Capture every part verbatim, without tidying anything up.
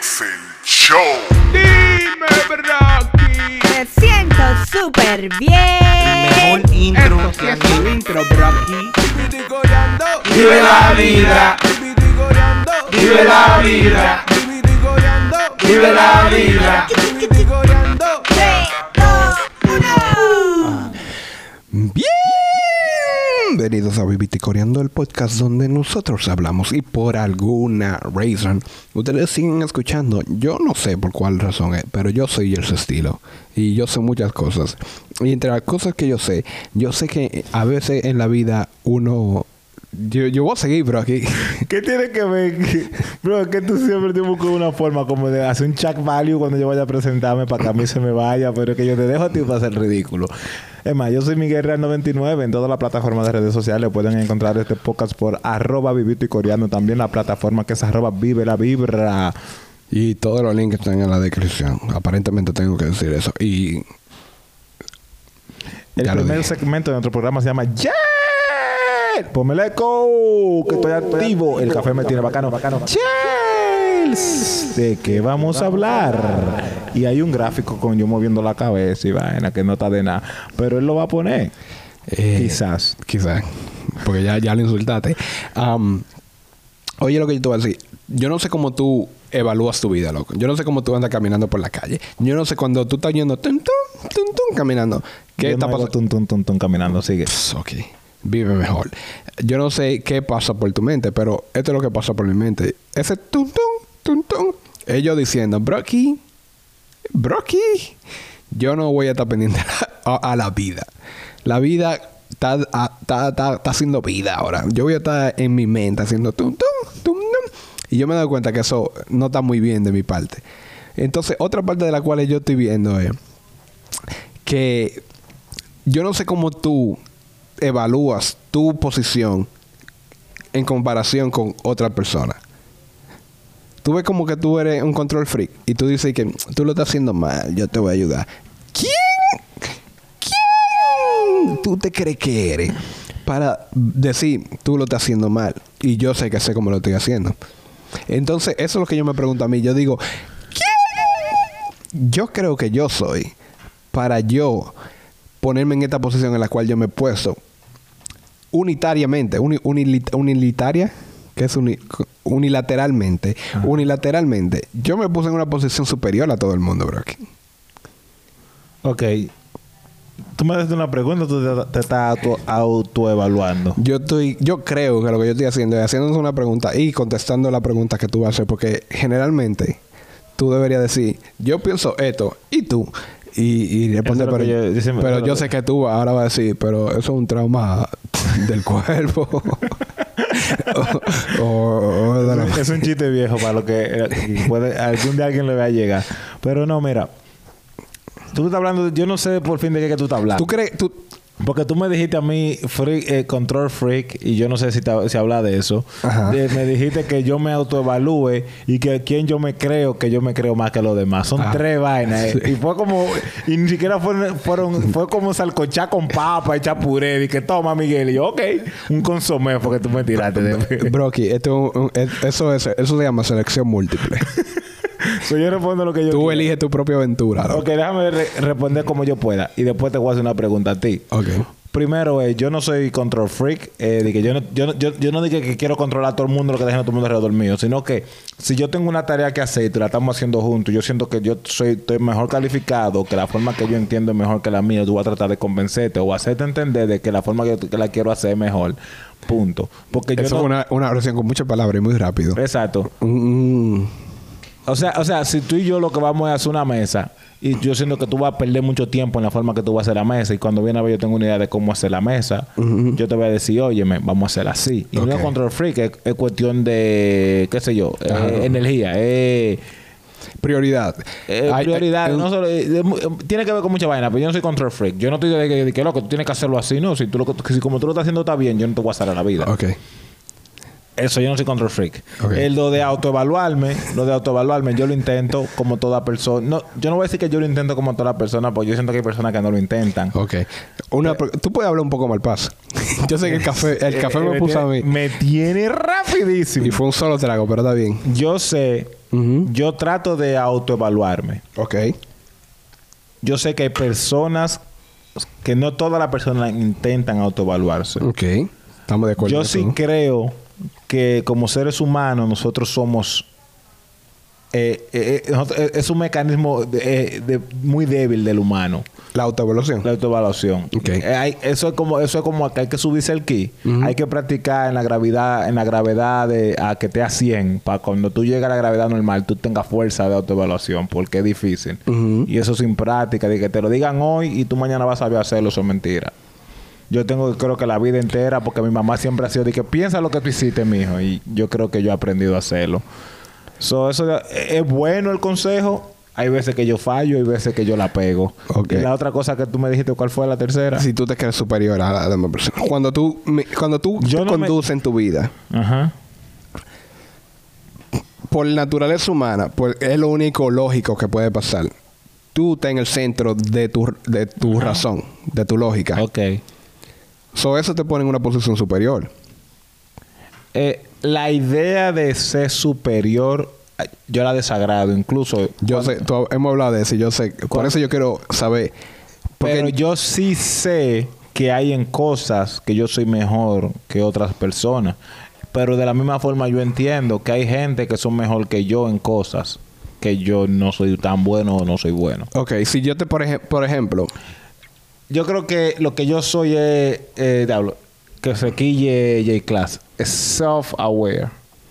Es el show. Dime, Brocky. Me siento súper bien. Mejor intro Esto sí que es aquí. un intro, Brocky. Vive la vida. Vive la vida. Vive la vida. tres, dos, uno. Bienvenidos a Viviti Coreando, el podcast donde nosotros hablamos y por alguna razón ustedes siguen escuchando. Yo no sé por cuál razón es, pero yo soy ese estilo y yo sé muchas cosas. Y entre las cosas que yo sé, yo sé que a veces en la vida uno... Yo, yo voy a seguir, bro, aquí. ¿Qué tiene que ver? Bro, es que tú siempre te buscas una forma como de hacer un check value cuando yo vaya a presentarme para que a mí se me vaya, pero es que yo te dejo a ti para hacer ridículo. Es más, yo soy Miguel Real noventa y nueve en todas las plataformas de redes sociales. Pueden encontrar este podcast por arroba Vivito y Coreando. También la plataforma que es arroba Vive la Vibra. Y todos los links están en la descripción. Aparentemente tengo que decir eso. Y... El Ya lo primer dije. segmento de nuestro programa se llama ¡Yeah! ¡Ponme el eco! Que estoy activo. El café me tiene bacano, bacano. ¡Cheers! ¿De qué vamos a hablar? Y hay un gráfico con yo moviendo la cabeza y vaina que no está de nada. Pero él lo va a poner. Eh, Quizás. Quizás. Porque ya, ya lo insultaste. Um, oye, lo que yo te voy a decir. Yo no sé cómo tú evalúas tu vida, loco. Yo no sé cómo tú andas caminando por la calle. Yo no sé cuando tú estás yendo tun, tun, tun, tun, caminando. ¿Qué Yo está no hago pasando? tun, tun, tun, tun, caminando. Sigue. Pss, ok. Vive mejor. Yo no sé qué pasa por tu mente, pero esto es lo que pasa por mi mente. Ese tun, tun, tun, tun. Ellos diciendo, Brocky, Brocky. Yo no voy a estar pendiente a, a la vida. La vida está, a- está, está, está haciendo vida ahora. Yo voy a estar en mi mente haciendo tum, tum, tum, tum. Y yo me he dado cuenta que eso no está muy bien de mi parte. Entonces, otra parte de la cual yo estoy viendo es que yo no sé cómo tú evalúas tu posición en comparación con otra persona. Tú ves como que tú eres un control freak y tú dices que tú lo estás haciendo mal, yo te voy a ayudar. ¿Quién? ¿Quién tú te crees que eres para decir tú lo estás haciendo mal? Y yo sé que sé cómo lo estoy haciendo. Entonces, eso es lo que yo me pregunto a mí. Yo digo, ¿quién yo creo que yo soy para yo ponerme en esta posición en la cual yo me he puesto unitariamente, uni, unilit, unilitaria, que es uni, unilateralmente, Ajá. unilateralmente, yo me puse en una posición superior a todo el mundo, bro. Ok. Tú me haces una pregunta, tú te, te estás auto, autoevaluando. Yo estoy, yo creo que lo que yo estoy haciendo es haciéndonos una pregunta y contestando la pregunta que tú vas a hacer, porque generalmente tú deberías decir, yo pienso esto, y tú. Y, y responde, Eso es lo pero, que yo- yo siempre- pero eso es yo lo sé que- que tú ahora vas a decir, pero eso es un trauma del cuerpo. o, o- o de la- Es un chiste viejo para lo que eh, puede, algún día alguien le va a llegar. Pero no, mira. Tú estás hablando... de- yo no sé por fin de qué que tú estás hablando. ¿Tú crees? Tú, Porque tú me dijiste a mí, freak, eh, control freak, y yo no sé si, te, si habla de eso. Ajá. De- me dijiste que yo me autoevalúe y que quien yo me creo, que yo me creo más que los demás. Son Ah. tres vainas. eh. Sí. Y fue como... Y ni siquiera fueron... fueron fue como salcochar con papa, echar puré. Y que toma, Miguel. Y yo, ok. Un consomé porque tú me tiraste de... Brocky, esto es un- un- es- eso, es, eso se llama selección múltiple. So, yo respondo lo que yo Tú quiero. eliges tu propia aventura. ¿no? Ok, déjame re- responder como yo pueda. Y después te voy a hacer una pregunta a ti. Ok. Primero, eh, yo no soy control freak. Eh, de que yo, no, yo, no- yo, yo no digo que quiero controlar a todo el mundo, lo que dejen a todo el mundo alrededor mío. Sino que si yo tengo una tarea que hacer y te la estamos haciendo juntos, yo siento que yo soy estoy mejor calificado, que la forma que yo entiendo es mejor que la mía. Tú vas a tratar de convencerte o hacerte entender de que la forma que, que la quiero hacer es mejor. Punto. Porque yo Eso no... es una, una oración con muchas palabras y muy rápido. Exacto. Mm. O sea, o sea, si tú y yo lo que vamos es hacer una mesa y yo siento que tú vas a perder mucho tiempo en la forma que tú vas a hacer la mesa y cuando viene a ver yo tengo una idea de cómo hacer la mesa, Ujú. yo te voy a decir, óyeme, vamos a hacer así. Y no Ok. es control freak, es, es cuestión de, qué sé yo, eh, Ajá. energía, eh, Prioridad. eh, Hay- prioridad. hay- no solo, eh, de mu- eh, tiene que ver con mucha vaina, pero yo no soy control freak. Yo no estoy de que, de que loco, tú tienes que hacerlo así, no. Si, tú lo, que- si como tú lo estás haciendo está bien, yo no te voy a hacer a la vida. Ok. Eso yo no soy control freak. Ok. El lo de autoevaluarme, lo de autoevaluarme, yo lo intento como toda persona. No, yo no voy a decir que yo lo intento como toda persona, porque yo siento que hay personas que no lo intentan. Ok. Una, tú puedes hablar un poco mal paso. Yo sé que el café, el café Eh, me puso a mí. Me tiene rapidísimo. Y fue un solo trago, pero está bien. Yo sé, Ujú. yo trato de autoevaluarme. Ok. Yo sé que hay personas que no todas las personas intentan autoevaluarse. Ok. Estamos de acuerdo. Yo en eso, sí ¿no? creo que como seres humanos nosotros somos eh, eh, eh, nosotros- eh, es un mecanismo de- eh, de- muy débil del humano, La autoevaluación. la autoevaluación. Ok. Eh, hay- eso es como eso es como que hay que subirse el ki. Ujú. Hay que practicar en la gravedad en la gravedad de a que te a cien para cuando tú llegues a la gravedad normal tú tengas fuerza de autoevaluación porque es difícil. Ujú. Y eso sin práctica, de que te lo digan hoy y tú mañana vas a saber hacerlo, eso es mentira. Yo tengo, creo que la vida entera, porque mi mamá siempre ha sido de que piensa lo que tú hiciste, mijo. Y yo creo que yo he aprendido a hacerlo. So, eso de- es bueno el consejo. Hay veces que yo fallo, hay veces que yo la pego. Ok. Y la otra cosa que tú me dijiste, ¿cuál fue la tercera? Si tú te crees superior a la demás persona. Cuando tú, me- cuando tú Yo te no me- conduces en tu vida, Ajá. por naturaleza humana, pues es lo único lógico que puede pasar. Tú estás en el centro de tu, de tu razón, de tu lógica. Ok. So, eso te pone en una posición superior. Eh, la idea de ser superior, eh, yo la desagrado. Incluso... Yo cuando- sé, tú- hemos hablado de eso, y yo sé. Por ¿Cuál? eso yo quiero saber. Porque Pero yo sí sé que hay en cosas que yo soy mejor que otras personas. Pero de la misma forma yo entiendo que hay gente que son mejor que yo en cosas que yo no soy tan bueno o no soy bueno. Ok, si yo te, por, ejem- por ejemplo, Yo creo que lo que yo soy es... Eh, diablo, que se quille J-Class. Es self-aware.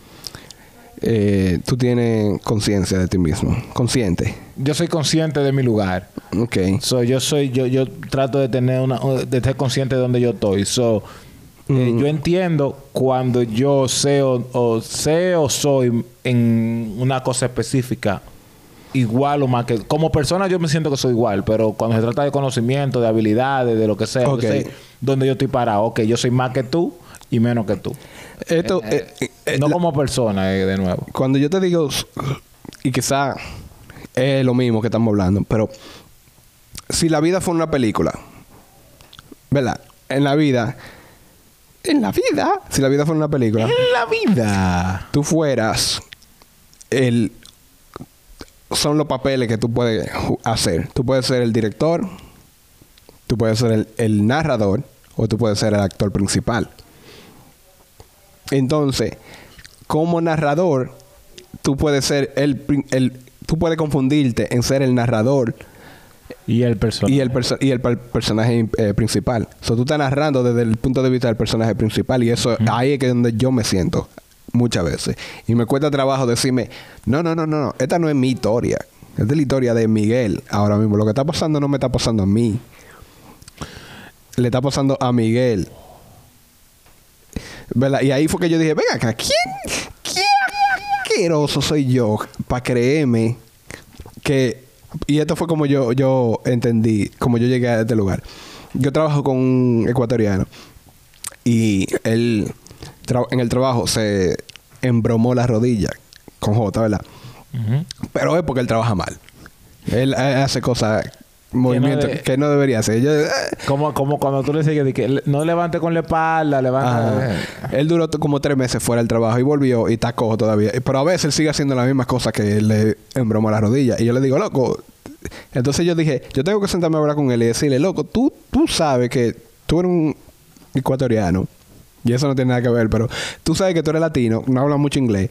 eh, tú tienes conciencia de ti mismo. Consciente. Yo soy consciente de mi lugar. Ok. So, yo soy... Yo, yo trato de tener una... De ser consciente de donde yo estoy. So... Eh, Mm. yo entiendo cuando yo sé o, o sé o soy en una cosa específica igual o más que... Como persona yo me siento que soy igual, pero cuando se trata de conocimiento, de habilidades, de lo que sea, Ok. yo sé dónde yo estoy parado. Ok, yo soy más que tú y menos que tú. Esto, Eh, eh, eh, no la- como persona, eh, de nuevo. cuando yo te digo, y quizá es lo mismo que estamos hablando, pero si la vida fue una película, ¿verdad? En la vida, en la vida, si la vida fuera una película, la vida. tú fueras el... Son los papeles que tú puedes ju- hacer. Tú puedes ser el director, tú puedes ser el, el narrador o tú puedes ser el actor principal. Entonces, como narrador, tú puedes ser el, prin- el tú puedes confundirte en ser el narrador Y el personaje. y el, perso- y el per- personaje eh, principal. O sea, tú estás narrando desde el punto de vista del personaje principal y eso ahí es que es donde yo me siento muchas veces. Y me cuesta trabajo decirme, no, no, no, no, no, esta no es mi historia. Esta es la historia de Miguel ahora mismo. Lo que está pasando no me está pasando a mí. Le está pasando a Miguel. ¿Verdad? Y ahí fue que yo dije, venga acá, ¿quién? ¿Quién asqueroso soy yo para creerme que... Y esto fue como yo, yo entendí, como yo llegué a este lugar. Yo trabajo con un ecuatoriano y él tra- en el trabajo se embromó la rodilla con J, ¿verdad? Ujú. Pero es porque él trabaja mal. Él, él hace cosas, movimientos de- que no debería hacer. Yo, eh, Como, como cuando tú le dices que, que le- no levante con la espalda, levanta... Ajá. Él duró t- como tres meses fuera del trabajo y volvió y está cojo todavía. Pero a veces él sigue haciendo las mismas cosas que él le embromó la rodilla. Y yo le digo, loco. Entonces yo dije, yo tengo que sentarme a hablar con él y decirle, loco, tú, tú sabes que tú eres un ecuatoriano. Y eso no tiene nada que ver, pero tú sabes que tú eres latino, no hablas mucho inglés.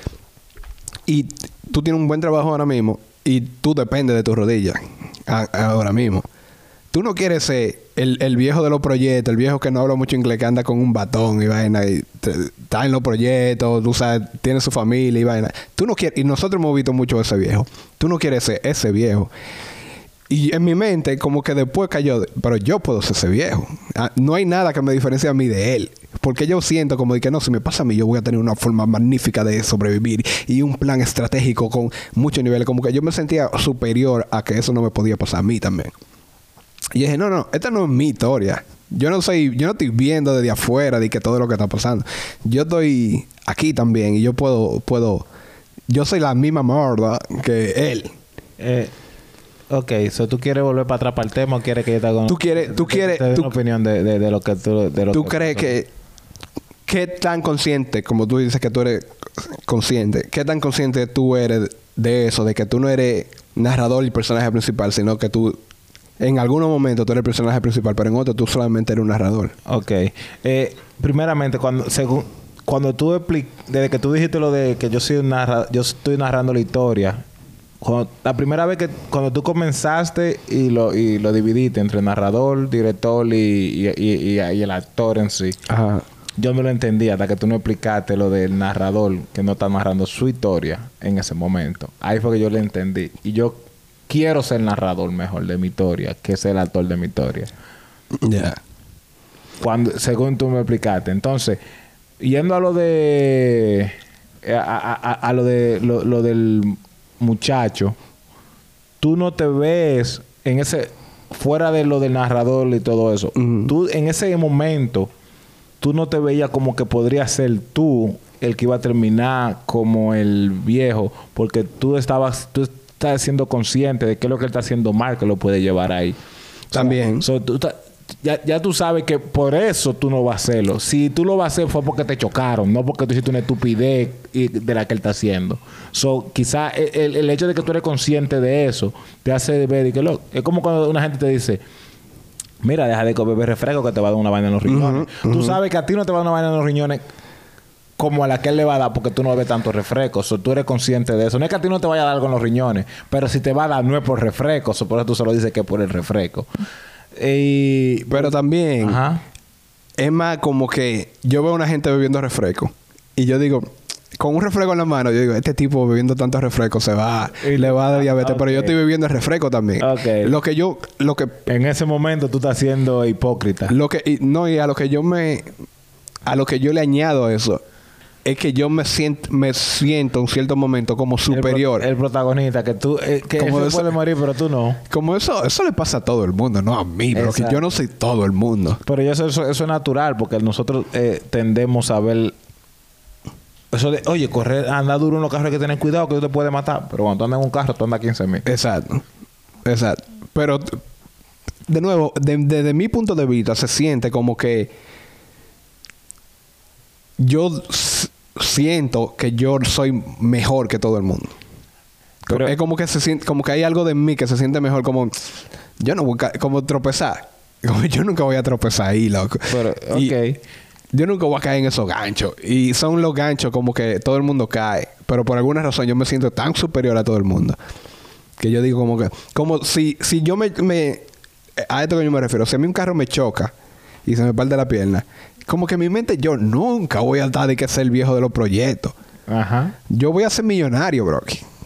Y tú tienes un buen trabajo ahora mismo y tú dependes de tu rodilla a- ahora mismo. Tú no quieres ser el, el viejo de los proyectos, el viejo que no habla mucho inglés, que anda con un batón y vaina, y te- está en los proyectos, tú sabes, tiene su familia y vaina. Tú no quieres, y nosotros hemos visto mucho a ese viejo. Tú no quieres ser ese viejo. Y en mi mente, como que después cayó, pero yo puedo ser ese viejo. Ah, no hay nada que me diferencie a mí de él. Porque yo siento como de que no, si me pasa a mí, yo voy a tener una forma magnífica de sobrevivir y un plan estratégico con muchos niveles. Como que yo me sentía superior a que eso no me podía pasar a mí también. Y dije, no, no, esta no es mi historia. Yo no soy, yo no estoy viendo desde afuera de que todo lo que está pasando. Yo estoy aquí también y yo puedo, puedo, yo soy la misma mierda que él. Eh, ok, so tú quieres volver para atrás para el tema o quieres que yo te haga Tú quieres, tú te- quieres, te dé tú, una opinión de, de, de lo que tú de lo tú que- crees que qué tan consciente, como tú dices que tú eres consciente, qué tan consciente tú eres de eso, de que tú no eres narrador y personaje principal, sino que tú en algunos momentos tú eres el personaje principal, pero en otros tú solamente eres un narrador. Ok. Eh, primeramente, cuando según cuando tú expli- desde que tú dijiste lo de que yo soy un narra yo estoy narrando la historia, cuando- la primera vez que cuando tú comenzaste y lo y lo dividiste entre narrador, director y, y, y, y- y el actor en sí, Ajá. yo no lo entendía hasta que tú no explicaste lo del narrador que no está narrando su historia en ese momento. Ahí fue que yo lo entendí. Y yo quiero ser el narrador mejor de mi historia que ser el actor de mi historia. Ya. Cuando, según tú me explicaste. Entonces, yendo a lo de... A, a- a- a lo de... Lo, lo del muchacho. Tú no te ves en ese... Fuera de lo del narrador y todo eso. Ujú. Tú en ese momento... Tú no te veías como que podría ser tú el que iba a terminar como el viejo. Porque tú estabas... Tú estás siendo consciente de qué es lo que él está haciendo mal que lo puede llevar ahí. También. So, tú ta- ya, ya tú sabes que por eso tú no vas a hacerlo. Si tú lo vas a hacer fue porque te chocaron, no porque tú hiciste una estupidez y- de la que él está haciendo. So, quizá el, el- el hecho de que tú eres consciente de eso te hace ver y que lo, es como cuando una gente te dice, mira, deja de beber refresco que te va a dar una vaina en los riñones. Ujú, Tú ujú. sabes que a ti no te va a dar una vaina en los riñones como a la que él le va a dar porque tú no bebes tanto refresco. So, tú eres consciente de eso. No es que a ti no te vaya a dar algo en los riñones, pero si te va a dar no es por refresco. So, por eso tú solo dices que es por el refresco. Y... Pero también Ajá. es más como que yo veo a una gente bebiendo refresco y yo digo, con un refresco en la mano, yo digo, este tipo bebiendo tanto refresco se va, Y- le va a dar diabetes, pero yo ok. estoy bebiendo el refresco también. Ok. Lo que yo, lo que, En ese momento tú estás siendo hipócrita. lo que, y, no, y a lo que yo me, a lo que yo le añado a eso, es que yo me siento, me siento en cierto momento como superior. El, pro- el protagonista, que tú... eh, que Como él eso- puede morir, pero tú no. Como eso, eso le pasa a todo el mundo, no a mí, pero que Exacto. yo no soy todo el mundo. Pero eso, eso, eso es natural, porque nosotros eh, tendemos a ver... Eso de, oye, correr, andar duro en los carros hay que tener cuidado que tú te puedes matar. Pero cuando tú andas en un carro, tú andas a quince mil. Exacto. Exacto. Pero, t- de nuevo, de- desde mi punto de vista, se siente como que yo s- siento que yo soy mejor que todo el mundo. Pero- es como que se siente, como que hay algo de mí que se siente mejor, como yo no voy a, ca- como tropezar. Como yo nunca voy a tropezar ahí, loco. Pero, Y ok. yo nunca voy a caer en esos ganchos. Y son los ganchos como que todo el mundo cae. Pero por alguna razón yo me siento tan superior a todo el mundo. Que yo digo como que... Como si, si yo me, me... A esto que yo me refiero. Si a mí un carro me choca y se me parte la pierna. Como que en mi mente yo nunca voy a estar de que ser el viejo de los proyectos. Ajá. Yo voy a ser millonario, bro.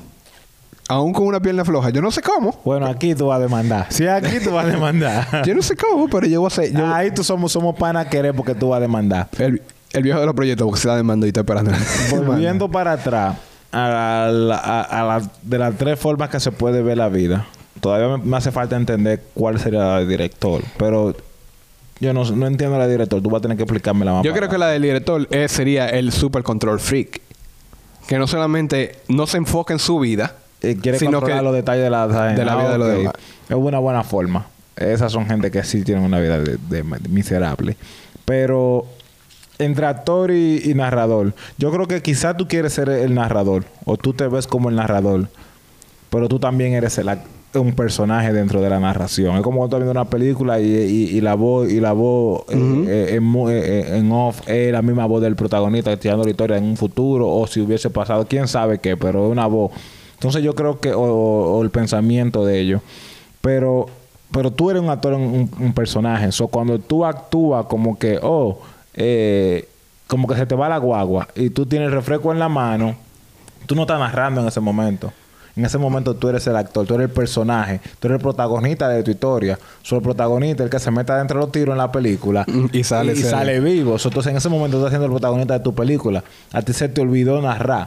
Aún con una pierna floja. Yo no sé cómo. Bueno, aquí tú vas a demandar. Sí, aquí tú vas a demandar. Yo no sé cómo, pero yo voy a ser... Yo, Ahí tú somos, somos pana querer porque tú vas a demandar. el, el viejo de los proyectos porque se la demandó y está esperando. Volviendo para atrás a la, a- a la- de las tres formas que se puede ver la vida, todavía me, me hace falta entender cuál sería el director. Pero yo no, no entiendo la director. Tú vas a tener que explicarme la más. Yo creo que la del director eh, sería el super control freak. Que no solamente no se enfoca en su vida, Eh, quiere sino controlar que los detalles de la, de la vida de los ok. demás. Es una buena forma. Esas son gente que sí tienen una vida de, de- de miserable. Pero entre actor y, y narrador, yo creo que quizás tú quieres ser el narrador o tú te ves como el narrador, pero tú también eres el ac- un personaje dentro de la narración. Es como cuando estás viendo una película y, y- y la voz y la voz eh, eh, en, mu- eh, eh, en off es la misma voz del protagonista que está dando la historia en un futuro o si hubiese pasado, quién sabe qué, pero es una voz. Entonces yo creo que o, o- o el pensamiento de ellos, pero pero tú eres un actor, un, un personaje. So, cuando tú actúas como que, oh, eh, como que se te va la guagua y tú tienes el refresco en la mano, tú no estás narrando en ese momento. En ese momento tú eres el actor, tú eres el personaje, tú eres el protagonista de tu historia. Soy el protagonista, el que se mete adentro de los tiros en la película Y sale y, y ser- sale vivo. So, entonces en ese momento tú estás siendo el protagonista de tu película. A ti se te olvidó narrar.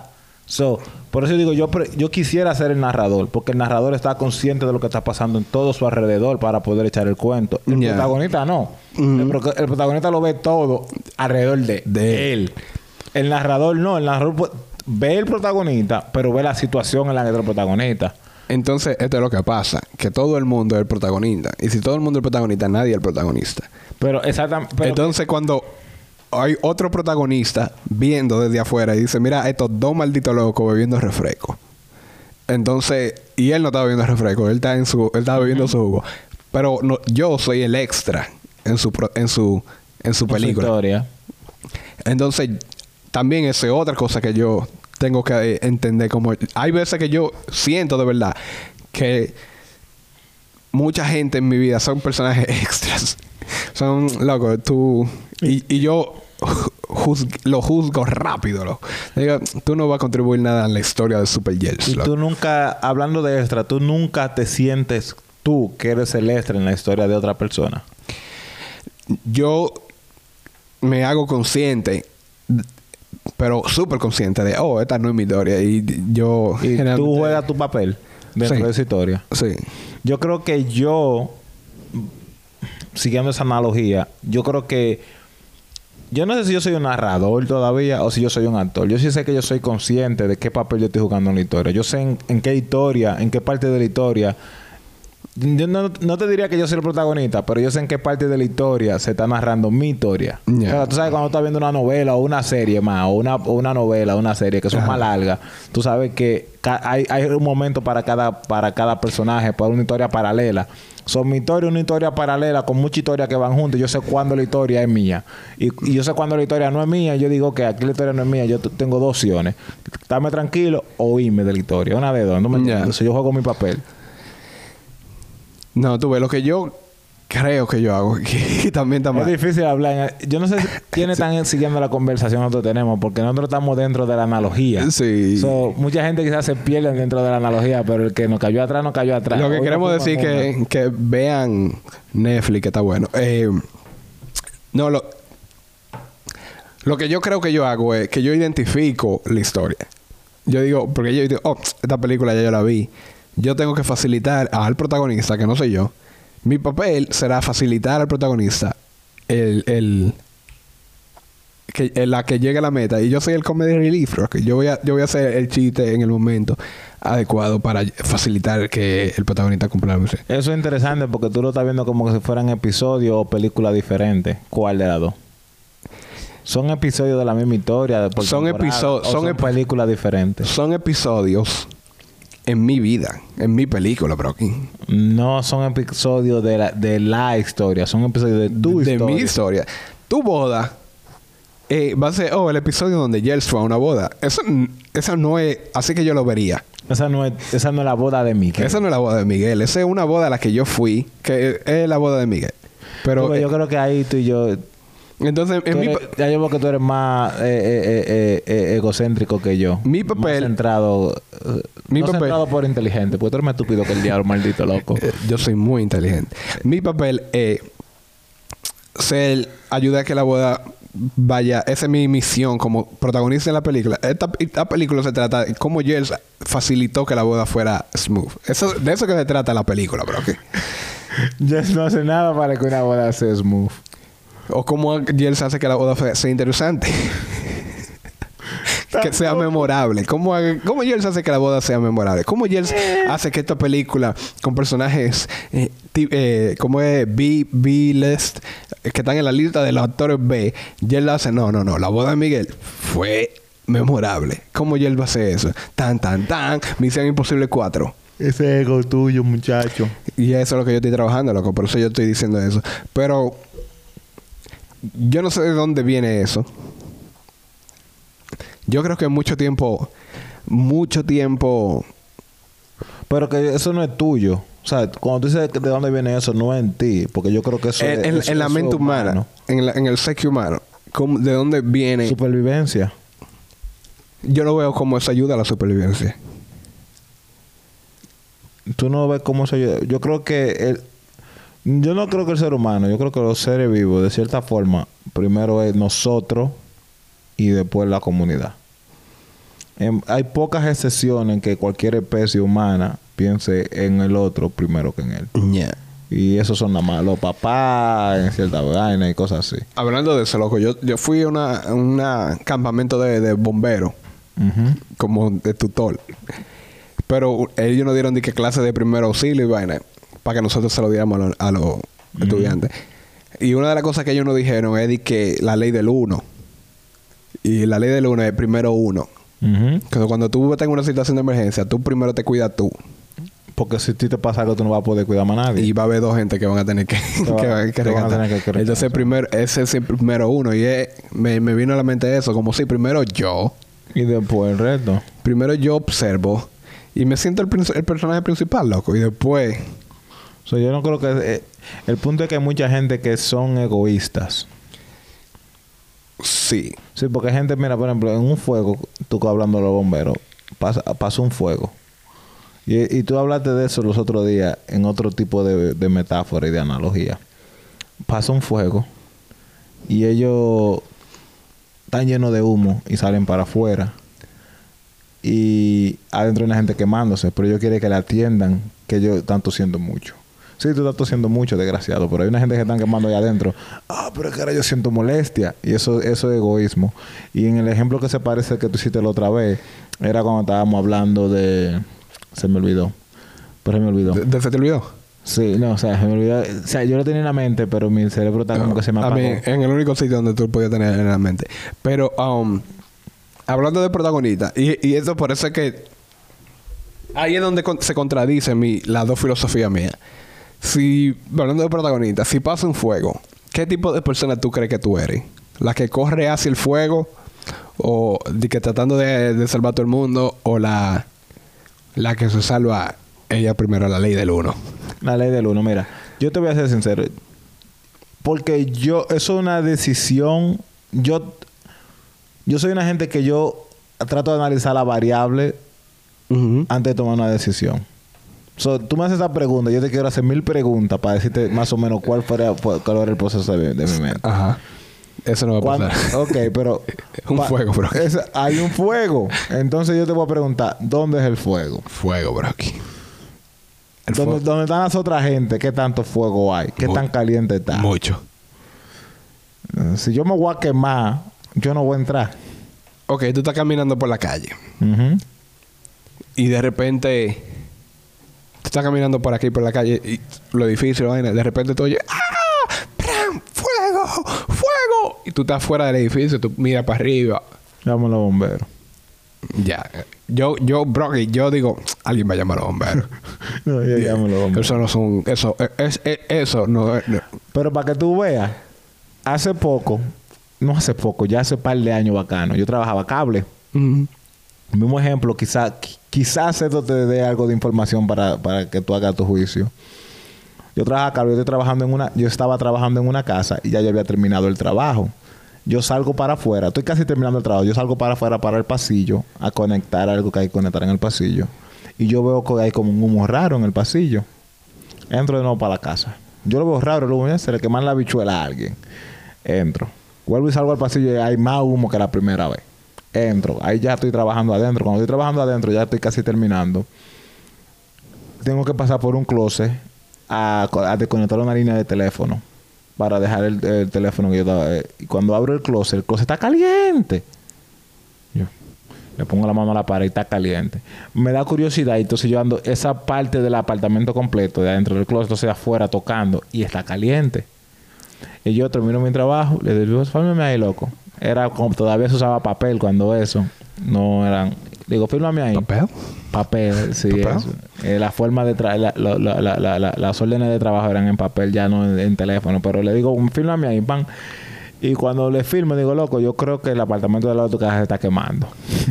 So, por eso digo, yo, pre- yo quisiera ser el narrador, porque el narrador está consciente de lo que está pasando en todo su alrededor para poder echar el cuento. El Yeah. protagonista no. Mm-hmm. el, pro- el protagonista lo ve todo alrededor de, De él. El narrador no. El narrador pu- ve el protagonista, pero ve la situación en la que está el protagonista. Entonces, esto es lo que pasa. Que todo el mundo es el protagonista. Y si todo el mundo es el protagonista, nadie es el protagonista. Pero exactamente... pero- Entonces, cuando hay otro protagonista viendo desde afuera y dice, mira, estos dos malditos locos bebiendo refresco. Entonces, y él no estaba bebiendo refresco, él, está en su, él estaba bebiendo su jugo. Pero no, yo soy el extra en su, pro- en su, en su con su película. historia. Entonces, también esa es otra cosa que yo tengo que eh, entender. Como hay veces que yo siento de verdad que mucha gente en mi vida son personajes extras. Son, loco, tú... Y, y yo juz- lo juzgo rápido, loco. Digo, tú no vas a contribuir nada en la historia de Super Yells, Y loco. tú nunca, hablando de extra, tú nunca te sientes tú que eres el extra en la historia de otra persona. Yo me hago consciente, pero súper consciente de, oh, esta no es mi historia. Y yo... Y generalmente- tú juegas tu papel dentro Sí. de esa historia. Sí. Yo creo que yo, siguiendo esa analogía, yo creo que yo no sé si yo soy un narrador todavía o si yo soy un actor. Yo sí sé que yo soy consciente de qué papel yo estoy jugando en la historia. Yo sé en, en qué historia, en qué parte de la historia. Yo no, no te diría que yo soy el protagonista, pero yo sé en qué parte de la historia se está narrando mi historia. Yeah. O sea, tú sabes cuando estás viendo una novela o una serie más, o una, o una novela o una serie que son Ajá. más largas, tú sabes que ca- hay, hay un momento para cada, para cada personaje, para una historia paralela. Son mi historia, una historia paralela con mucha historia que van juntas. Yo sé cuándo la historia es mía. Y, y yo sé cuándo la historia no es mía. Yo digo que aquí la historia no es mía. Yo t- tengo dos opciones. Estarme tranquilo o irme de la historia. Una de dos. ¿No me entiendes? Yeah. Entonces yo juego mi papel. No, tú ves, lo que yo creo que yo hago, que también está Es mal. difícil hablar. Yo no sé si- quiénes están siguiendo la conversación que nosotros tenemos, porque nosotros estamos dentro de la analogía. Sí. So, mucha gente quizás se pierde dentro de la analogía, pero el que nos cayó atrás, nos cayó atrás. Lo que Hoy queremos nos decir fuimos a una. que, que vean Netflix, que está bueno. Eh, no, lo, lo que yo creo que yo hago es que yo identifico la historia. Yo digo, porque yo digo, oh, esta película ya yo la vi. Yo tengo que facilitar al protagonista, que no soy yo. Mi papel será facilitar al protagonista el... el que, el- la que llegue a la meta. Y yo soy el comedy relief, rock. Yo voy a, yo voy a hacer el chiste en el momento adecuado para facilitar que el protagonista cumpla la misión. Eso es interesante porque tú lo estás viendo como que si fueran episodios o películas diferentes. ¿Cuál de las dos? Son episodios de la misma historia. por Son temporada, episo- o son son ep- películas diferentes. Son episodios en mi vida, en mi película, bro. Aquí. No son episodios de la, de la historia. Son episodios de tu de historia. mi historia. Tu boda eh, va a ser, oh, el episodio donde Yells fue a una boda. Eso, n- eso no es, así que yo lo vería. Esa no es, esa no es la boda de Mickey. Esa no es la boda de Miguel. Esa es una boda a la que yo fui, que es la boda de Miguel. Pero, Tú, yo eh, creo que ahí tú y yo... entonces, tú en mi, eres- pa- ya yo veo que tú eres más eh, eh, eh, eh, egocéntrico que yo. Mi papel- Más centrado... eh, Mi no papel- centrado por inteligente. Porque tú eres más estúpido que el diablo, maldito loco. eh, yo soy muy inteligente. Mi papel es ser, ayudar a que la boda vaya. Esa es mi misión como protagonista de la película. Esta, esta película se trata de cómo Yells facilitó que la boda fuera smooth. Eso, de eso que se trata la película, bro. ¿ok? Ya no hace nada para que una boda sea smooth. O cómo Yells hace que la boda fe- sea interesante. que sea memorable. ¿Cómo, cómo Yells hace que la boda sea memorable? ¿Cómo Yells hace que esta película con personajes eh, ti- eh, como es B, B-list, eh, que están en la lista de los actores B, Yells hace, no, no, no, la boda de Miguel fue memorable. ¿Cómo Yells va a hacer eso? Tan, tan, tan, Misión Imposible cuatro. Ese ego tuyo, muchacho. Y eso es lo que yo estoy trabajando, loco. Por eso yo estoy diciendo eso. Pero yo no sé de dónde viene eso. Yo creo que mucho tiempo, mucho tiempo, Pero que eso no es tuyo. O sea, cuando tú dices que de dónde viene eso, no es en ti. Porque yo creo que eso en, es... en- eso- en la eso mente es humana, humano. en, la- en el sexo humano, ¿cómo- ¿de dónde viene? Supervivencia. Yo lo veo como eso ayuda a la supervivencia. Tú no ves cómo se ayuda. Yo creo que... El, yo no creo que el ser humano. Yo creo que los seres vivos, de cierta forma, primero es nosotros y después la comunidad. em, hay pocas excepciones en que cualquier especie humana piense en el otro primero que en él. Yeah. Y eso son nada más los papás en cierta vaina y cosas así. Hablando de eso, loco, yo, yo fui a una, a una campamento de, de bomberos Ujú. como de tutor. Pero ellos nos dieron de qué clase de primer auxilio y vaina para que nosotros se lo diéramos a los, a los estudiantes. Y una de las cosas que ellos nos dijeron es de que la ley del uno. Y la ley del uno es primero uno. Ujú. Que cuando tú estás en una situación de emergencia, tú primero te cuidas tú. Porque si a ti te pasa algo, tú no vas a poder cuidar más a nadie. Y va a haber dos gente que van a tener que, va- que, van- que te van a rescatar. tener que rescatar. Entonces, primero, ese es el primero uno. Y es- me, me vino a la mente eso, como si primero yo, Y después el resto. primero yo observo y me siento el, prin- el personaje principal, loco. Y después, O sea, yo no creo que... eh, el punto es que hay mucha gente que son egoístas. sí. Sí, porque hay gente, mira, por ejemplo, en un fuego, tú hablando de los bomberos, pasa, pasa un fuego. Y, y tú hablaste de eso los otros días en otro tipo de, de metáfora y de analogía. Pasa un fuego y ellos están llenos de humo y salen para afuera. Y adentro hay una gente quemándose, pero ellos quieren que la atiendan, que ellos están tosiendo mucho. Sí, tú estás tosiendo mucho, desgraciado, pero hay una gente que están quemando allá adentro. Ah, pero es que ahora yo siento molestia. Y eso, eso es egoísmo. Y en el ejemplo que se parece que tú hiciste la otra vez, era cuando estábamos hablando de... Se me olvidó. Pero se me olvidó. ¿De, de se te olvidó? Sí, no, o sea, se me olvidó. O sea, yo lo tenía en la mente, pero mi cerebro está como que se me A apagó. mí, en el único sitio donde tú podías tener en la mente. Pero, um, hablando de protagonista, y, y eso por eso es que ahí es donde con- se contradicen mi, las dos filosofías mías. Si, hablando de protagonista, si pasa un fuego, ¿qué tipo de persona tú crees que tú eres? ¿La que corre hacia el fuego? ¿O de que tratando de, de salvar a todo el mundo? ¿O la, la que se salva ella primero, la ley del uno? La ley del uno, mira, yo te voy a ser sincero. Porque yo, eso es una decisión. Yo, yo soy una gente que yo trato de analizar la variable Ujú. antes de tomar una decisión. So, tú me haces esa pregunta, yo te quiero hacer mil preguntas para decirte más o menos cuál fuera, cuál era el proceso de, de mi mente. Ajá. Eso no va a Cuando- pasar. ok, pero... Un fuego, bro. es- hay un fuego. Entonces yo te voy a preguntar, ¿dónde es el fuego? Fuego, bro, aquí. El ¿Dónde, fuego. dónde están las otras gente? ¿Qué tanto fuego hay? ¿Qué Mu- tan caliente está? Mucho. Eh, Si yo me voy a quemar, yo no voy a entrar. Ok, tú estás caminando por la calle Ujú. y de repente tú estás caminando por aquí por la calle y los edificios, vaina, de repente tú oyes ¡ah! ¡Pram! ¡Fuego! ¡Fuego! Y tú estás fuera del edificio, tú miras para arriba. Llamo a los bomberos. Ya. Yo, yo, bro, y yo digo, alguien va a llamar a los bomberos. No, yo llamo a los bomberos. Eso no son, eso, es, es- eso no es. no. Pero para que tú veas, hace poco, no hace poco, ya hace un par de años bacano, yo trabajaba cable. Ujú. Mismo ejemplo, quizás quizás esto te dé algo de información para, para que tú hagas tu juicio. Yo trabajaba cable, yo estoy trabajando en una, yo estaba trabajando en una casa y ya yo había terminado el trabajo. Yo salgo para afuera, estoy casi terminando el trabajo, yo salgo para afuera para el pasillo a conectar algo que hay que conectar en el pasillo. Y yo veo que hay como un humo raro en el pasillo. Entro de nuevo para la casa. Yo lo veo raro, luego "Mira, se le queman la bichuela a alguien". Entro. Vuelvo y salgo al pasillo y hay más humo que la primera vez. Entro. Ahí ya estoy trabajando adentro. Cuando estoy trabajando adentro ya estoy casi terminando. Tengo que pasar por un closet a, a desconectar una línea de teléfono para dejar el, el teléfono que yo estaba. eh, y cuando abro el closet, el closet está caliente. Yo le pongo la mano a la pared y está caliente. Me da curiosidad y entonces yo ando esa parte del apartamento completo de adentro del closet, o sea, afuera tocando y está caliente. Y yo termino mi trabajo, le digo, fírmame ahí, loco. Era como todavía se usaba papel cuando eso. No eran... Digo, fírmame ahí. ¿Papel? Papel, sí. ¿Papel? Eso. Eh, la forma de... Tra la, la, la, la, la, la- las órdenes de trabajo eran en papel, ya no en, en teléfono. Pero le digo, fírmame ahí, pan. Y cuando le firmo, digo, loco, yo creo que el apartamento de la otra casa se está quemando.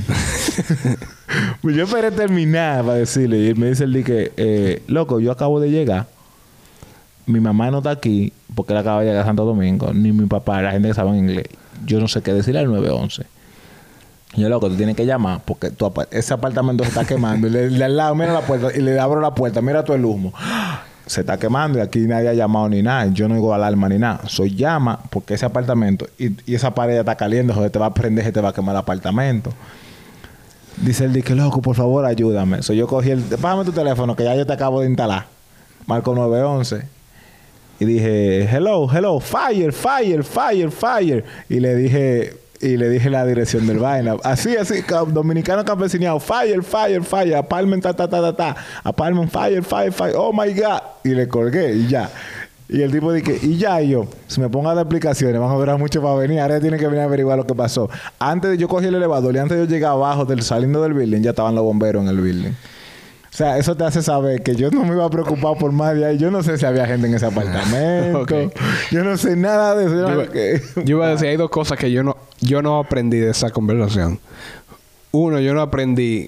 Pues yo esperé terminar para decirle. Y él me dice el día que, eh, loco, yo acabo de llegar. Mi mamá no está aquí porque él acaba de llegar a Santo Domingo. Ni mi papá, la gente que sabe en inglés. Yo no sé qué decirle al nueve once. Y yo, loco, tú tienes que llamar porque tu apa- ese apartamento se está quemando. Y le, le al lado, mira la puerta. Y le abro la puerta. Mira todo el humo. Se está quemando y aquí nadie ha llamado ni nada. Yo no digo alarma ni nada. Soy llama porque ese apartamento y, y esa pared ya está caliente. Joder, te va a prender y te va a quemar el apartamento. Dice él, dice, loco, por favor, ayúdame. So, yo cogí el... Pásame tu teléfono, que ya yo te acabo de instalar. Marco nueve once. Y dije, hello, hello, fire, fire, fire, fire. Y le dije... Y le dije la dirección del vaina. Así, así, dominicano campesineado. Fire, fire, fire. Apartment, ta, ta, ta, ta, ta. Apartment, fire, fire, fire. Oh, my God. Y le colgué y ya. Y el tipo dije, y ya, y yo, si me pongo a dar explicaciones, van a durar mucho para venir. Ahora tiene que venir a averiguar lo que pasó. Antes de yo cogí el elevador y antes de yo llegar abajo, del, saliendo del building, ya estaban los bomberos en el building. O sea, eso te hace saber que yo no me iba a preocupar por más de ahí. Yo no sé si había gente en ese apartamento. Okay. Yo no sé nada de eso. Yo, yo, que... yo iba a decir, hay dos cosas que yo no, yo no aprendí de esa conversación. Uno, yo no aprendí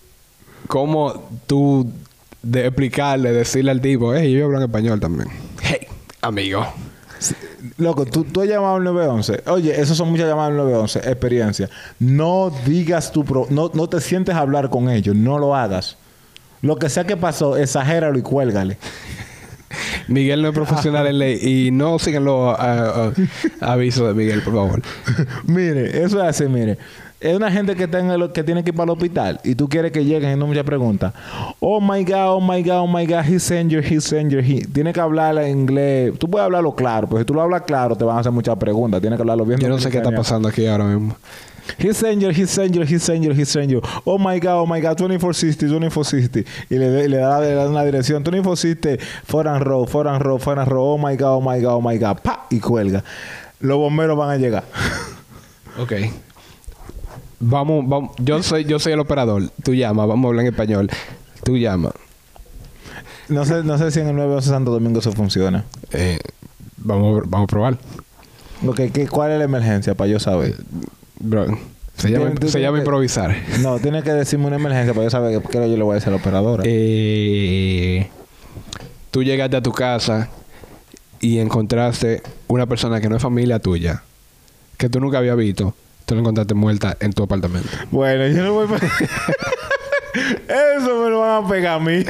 cómo tú de explicarle, decirle al tipo, hey, yo hablo en español también. Hey, amigo. Sí. Loco, tú, tú has llamado al nueve once. Oye, eso son muchas llamadas al nueve once. Experiencia. No digas tu... Pro... No, no te sientes a hablar con ellos. No lo hagas. Lo que sea que pasó, exagéralo y cuélgale. Miguel no es profesional en ley y no sigan los uh, uh, avisos de Miguel, por favor. Mire, eso es así, mire. Es una gente que, tenga lo, que tiene que ir para el hospital y tú quieres que lleguen haciendo muchas preguntas. Oh my God, oh my God, oh my God, he's injured, he's injured. He... Tiene que hablar en inglés. Tú puedes hablarlo claro, porque si tú lo hablas claro, te van a hacer muchas preguntas. Tienes que hablarlo bien. Yo no sé qué está pasando aquí ahora mismo. He's injured, he's injured, he's injured, he's injured. Oh my God, oh my God, veinticuatro sesenta, veinticuatro sesenta. Y le, le, da, le da una dirección. veinticuatro sesenta, Foran Row, Foran Row, Foran Row. Oh my God, oh my God, oh my God. ¡Pa! Y cuelga. Los bomberos van a llegar. Ok. Vamos, vamos. Yo soy, yo soy el operador. Tú llamas, vamos a hablar en español. Tú llamas. No sé, no sé si en el nueve once Santo Domingo eso funciona. Eh, vamos, vamos a probar. Okay, ¿qué, ¿cuál es la emergencia para yo saber? Bro, se llama, se llama que, improvisar. No, tienes que decirme una emergencia para yo saber qué yo le voy a decir a la operadora. Eh, tú llegaste a tu casa y encontraste una persona que no es familia tuya, que tú nunca habías visto. Tú la encontraste muerta en tu apartamento. Bueno, yo no voy a... Eso me lo van a pegar a mí.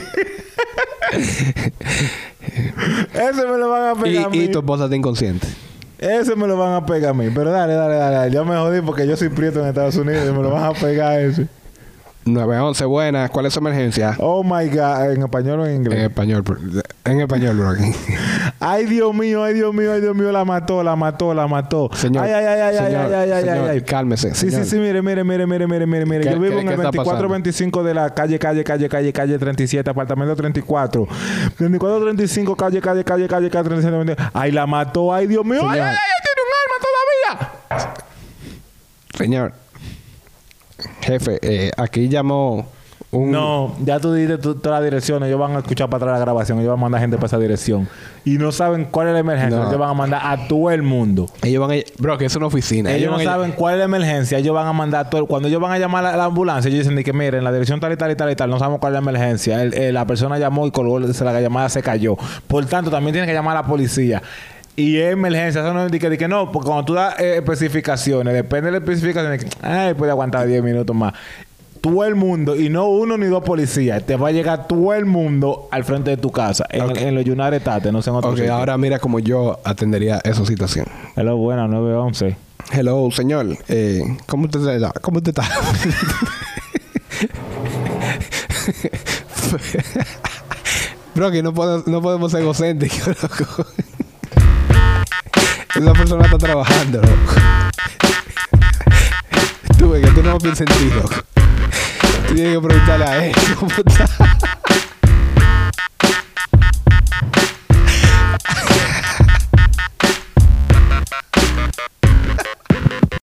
Eso me lo van a pegar y, a mí. Y tu esposa está inconsciente. Ese me lo van a pegar a mí. Pero dale, dale, dale. Yo me jodí porque yo soy prieto en Estados Unidos y me lo van a pegar a ese. nueve once, buenas. ¿Cuál es su emergencia? Oh my God. ¿En español o en inglés? En español. En español, bro. Ay, Dios mío, ay, Dios mío, ay, Dios mío. La mató, la mató, la mató. Señor. Ay, ay, ay, ay, señor, ay, ay, ay, señor, ay, ay. Cálmese. Sí, señor. sí, sí. Mire, mire, mire, mire, mire, mire, mire. Yo vivo en el veinticuatro veinticinco de la calle, calle, calle, calle, calle treinta y siete, apartamento treinta y cuatro. veinticuatro treinta y cinco, calle, calle, calle, calle, calle treinta y siete. Ay, la mató. Ay, Dios mío. Señor. Ay, ay, ay, tiene un arma todavía. Señor. Jefe, eh, aquí llamó un... No, ya tú diste tu, todas las direcciones. Ellos van a escuchar para atrás la grabación. Ellos van a mandar gente para esa dirección. Y no saben cuál es la emergencia. No. Ellos van a mandar a todo el mundo. Ellos van a... Bro, que es una oficina. Ellos, ellos no van saben a... cuál es la emergencia. Ellos van a mandar a todo el... Cuando ellos van a llamar a la, la ambulancia, ellos dicen de que miren, la dirección tal y tal y tal y tal. No sabemos cuál es la emergencia. El, el, la persona llamó y colgó. La llamada se cayó. Por tanto, también tienen que llamar a la policía. Y es emergencia. Eso no es de que, de que no. Porque cuando tú das eh, especificaciones, depende de las especificaciones. Ay, puede aguantar diez minutos más. Todo el mundo, y no uno ni dos policías, te va a llegar todo el mundo al frente de tu casa. En, okay. en los United States, no sé en otros Ok, sitios. ahora mira cómo yo atendería esa situación. Hello, buenas, nueve once. Hello, señor. Eh, ¿Cómo usted está? ¿Cómo usted está? Bro, que no, puedo, no podemos ser egocéntricos, loco. Esa persona está trabajando, loco. Tú ves que tú no piensas en ti, loco. Tú tienes que preguntarle a él cómo está.